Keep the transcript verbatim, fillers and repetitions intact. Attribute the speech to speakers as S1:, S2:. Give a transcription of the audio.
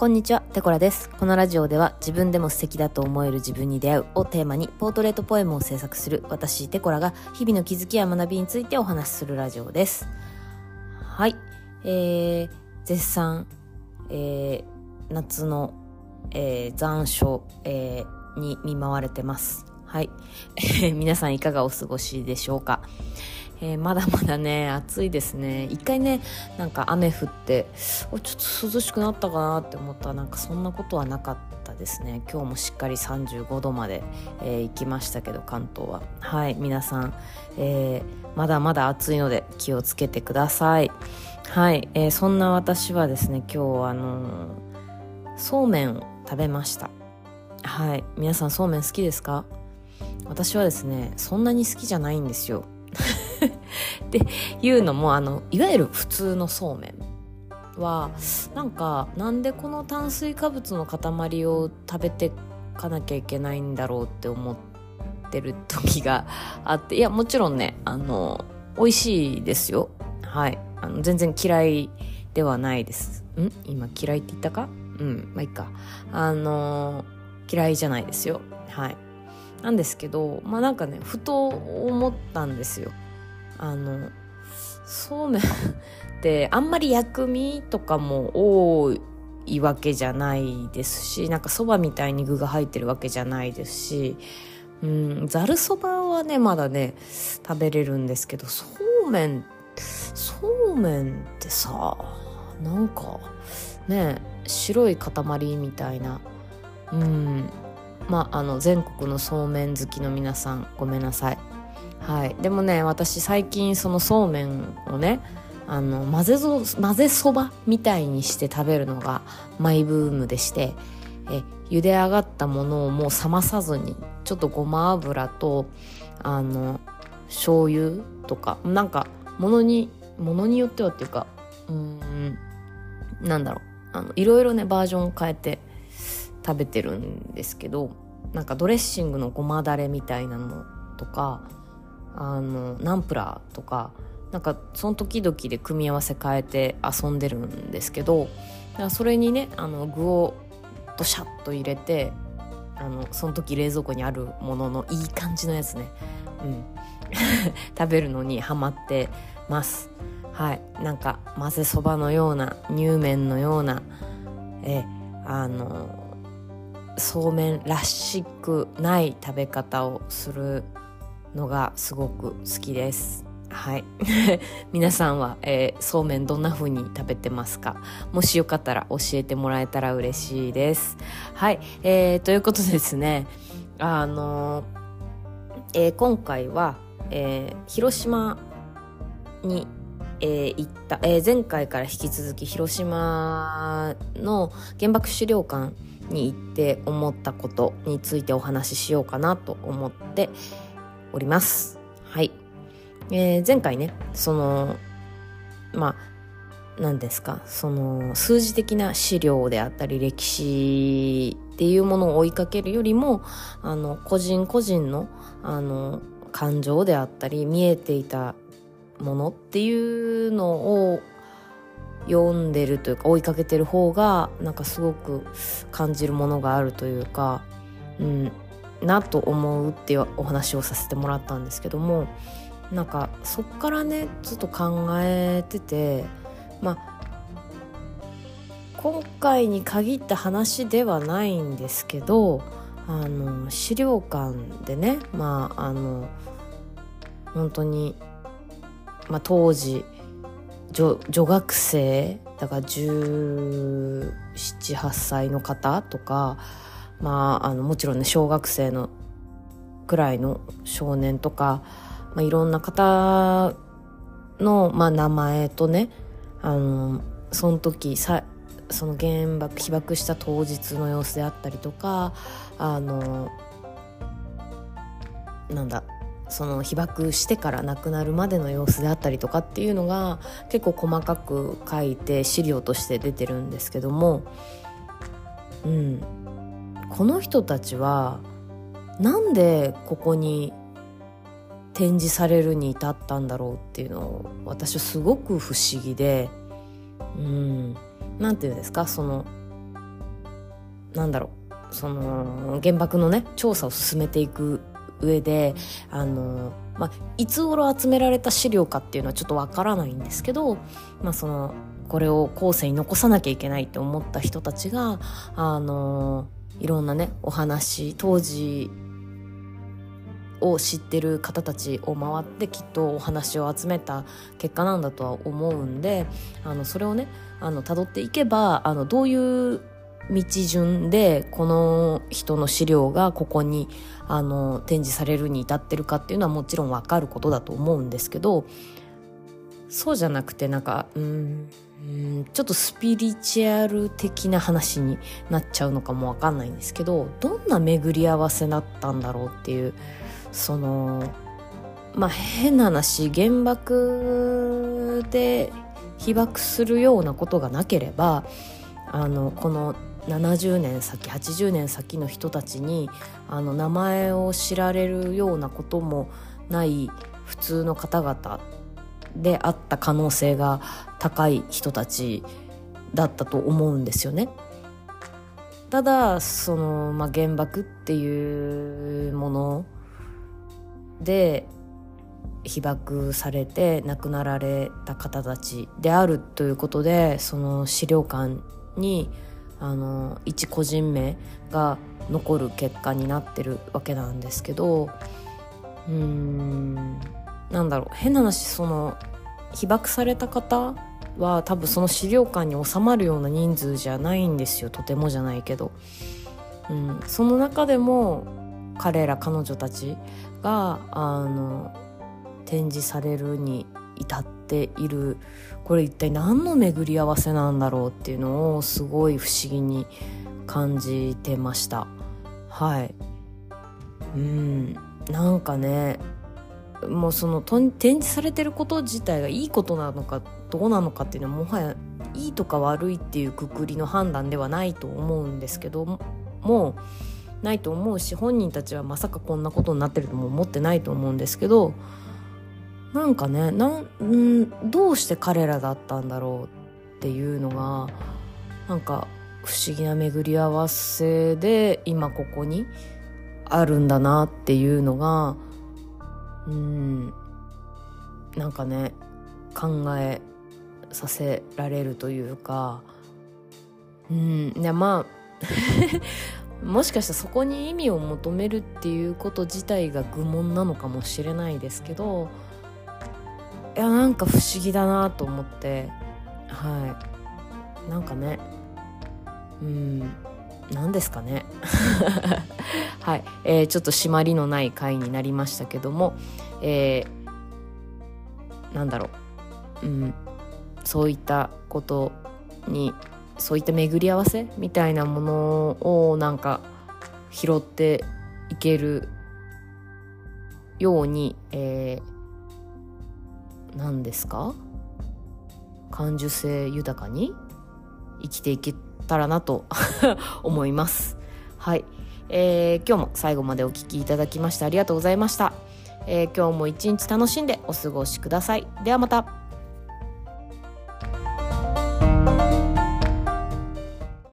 S1: こんにちは、テコラです。このラジオでは自分でも素敵だと思える自分に出会うをテーマにポートレートポエムを制作する私テコラが日々の気づきや学びについてお話しするラジオです。はい、えー、絶賛、えー、夏の、えー、残暑、えー、に見舞われてます。はい、皆さんいかがお過ごしでしょうか。えー、まだまだね暑いですね。一回ねなんか雨降っておちょっと涼しくなったかなって思ったらなんかそんなことはなかったですね。今日もしっかりさんじゅうごどまで、えー、行きましたけど関東は。はい、皆さん、えー、まだまだ暑いので気をつけてください。はい、えー、そんな私はですね今日あのー、そうめんを食べました。はい、皆さんそうめん好きですか？私はですねそんなに好きじゃないんですよっていうのもあのいわゆる普通のそうめんはなんかなんでこの炭水化物の塊を食べてかなきゃいけないんだろうって思ってる時があって、いやもちろんねあの美味しいですよ。はい、あの全然嫌いではないです。ん今嫌いって言ったか？うんまあいいか。あの嫌いじゃないですよ。はいなんですけど、まあなんかねふと思ったんですよ。あのそうめんってあんまり薬味とかも多いわけじゃないですし、なんかそばみたいに具が入ってるわけじゃないですし、うんざるそばはねまだね食べれるんですけど、そうめんそうめんってさなんかね白い塊みたいな、うんまああの全国のそうめん好きの皆さんごめんなさい。はい、でもね私最近そのそうめんをねあの混ぜぞ混ぜそばみたいにして食べるのがマイブームでして、え茹で上がったものをもう冷まさずにちょっとごま油とあの醤油とかなんかものにものによってはっていうかうーんなんだろうあのいろいろねバージョンを変えて食べてるんですけど、なんかドレッシングのごまだれみたいなのとかあのナンプラーとかなんかその時々で組み合わせ変えて遊んでるんですけど、だからそれにねあの具をドシャッと入れてあのその時冷蔵庫にあるもののいい感じのやつね、うん食べるのにハマってます。はい、なんか混ぜそばのような乳麺のようなえあのそうめんらしくない食べ方をするのがすごく好きです。はい皆さんは、えー、そうめんどんな風に食べてますか？もしよかったら教えてもらえたら嬉しいです。はい、えー、ということでですねあのーえー、今回は、えー、広島に、えー、行った、えー、前回から引き続き広島の原爆資料館に行って思ったことについてお話ししようかなと思っております。はい、えー、前回ねそのまあ何ですかその数字的な資料であったり歴史っていうものを追いかけるよりもあの個人個人のあの感情であったり見えていたものっていうのを読んでるというか追いかけてる方がなんかすごく感じるものがあるというか、うんなと思うっていうお話をさせてもらったんですけども、なんかそっからねずっと考えてて、まあ今回に限った話ではないんですけど、あの資料館でねまああの本当に、まあ、当時女, 女学生だからじゅうなな、はっさいの方とか、まあ、あのもちろんね小学生のくらいの少年とか、まあ、いろんな方の、まあ、名前とねあのその時さその原爆被爆した当日の様子であったりとかあのなんだその被爆してから亡くなるまでの様子であったりとかっていうのが結構細かく書いて資料として出てるんですけども、うん、この人たちはなんでここに展示されるに至ったんだろうっていうのを私はすごく不思議で、うん、なんていうんですかそのなんだろうその原爆のね調査を進めていく上であの、まあ、いつ頃集められた資料かっていうのはちょっとわからないんですけど、まあ、そのこれを後世に残さなきゃいけないって思った人たちがあのいろんなねお話当時を知ってる方たちを回ってきっとお話を集めた結果なんだとは思うんで、あのそれをねあの辿っていけばあのどういう道順でこの人の資料がここにあの展示されるに至ってるかっていうのはもちろん分かることだと思うんですけど、そうじゃなくてなんかうーんうんちょっとスピリチュアル的な話になっちゃうのかも分かんないんですけど、どんな巡り合わせだったんだろうっていう、そのまあ変な話原爆で被爆するようなことがなければあのこのななじゅうねん先はちじゅうねん先の人たちにあの名前を知られるようなこともない普通の方々であった可能性が高い人たちだったと思うんですよね。ただその、まあ、原爆っていうもので被爆されて亡くなられた方たちであるということで、その資料館にあの一個人名が残る結果になってるわけなんですけど、うーんなんだろう変な話その被爆された方は多分その資料館に収まるような人数じゃないんですよ、とてもじゃないけど、うん、その中でも彼ら彼女たちがあの展示されるに至っている、これ一体何の巡り合わせなんだろうっていうのをすごい不思議に感じてました。はい、うんなんかねもうその展示されてること自体がいいことなのかどうなのかっていうのはもはやいいとか悪いっていうくくりの判断ではないと思うんですけどもうないと思うし、本人たちはまさかこんなことになってるとも思ってないと思うんですけど、なんかねなんんどうして彼らだったんだろうっていうのがなんか不思議な巡り合わせで今ここにあるんだなっていうのがうんなんかね考えさせられるというか、うんいやまあもしかしたらそこに意味を求めるっていうこと自体が愚問なのかもしれないですけど、いやなんか不思議だなと思って、はいなんかねうん何ですかねはい、えー、ちょっと締まりのない回になりましたけども、えー、なんだろう、うん、そういったことにそういった巡り合わせみたいなものをなんか拾っていけるように、えー、何ですか感受性豊かに生きていけたらなと思います。はい、えー、今日も最後までお聞きいただきましてありがとうございました。えー、今日も一日楽しんでお過ごしください。ではまた。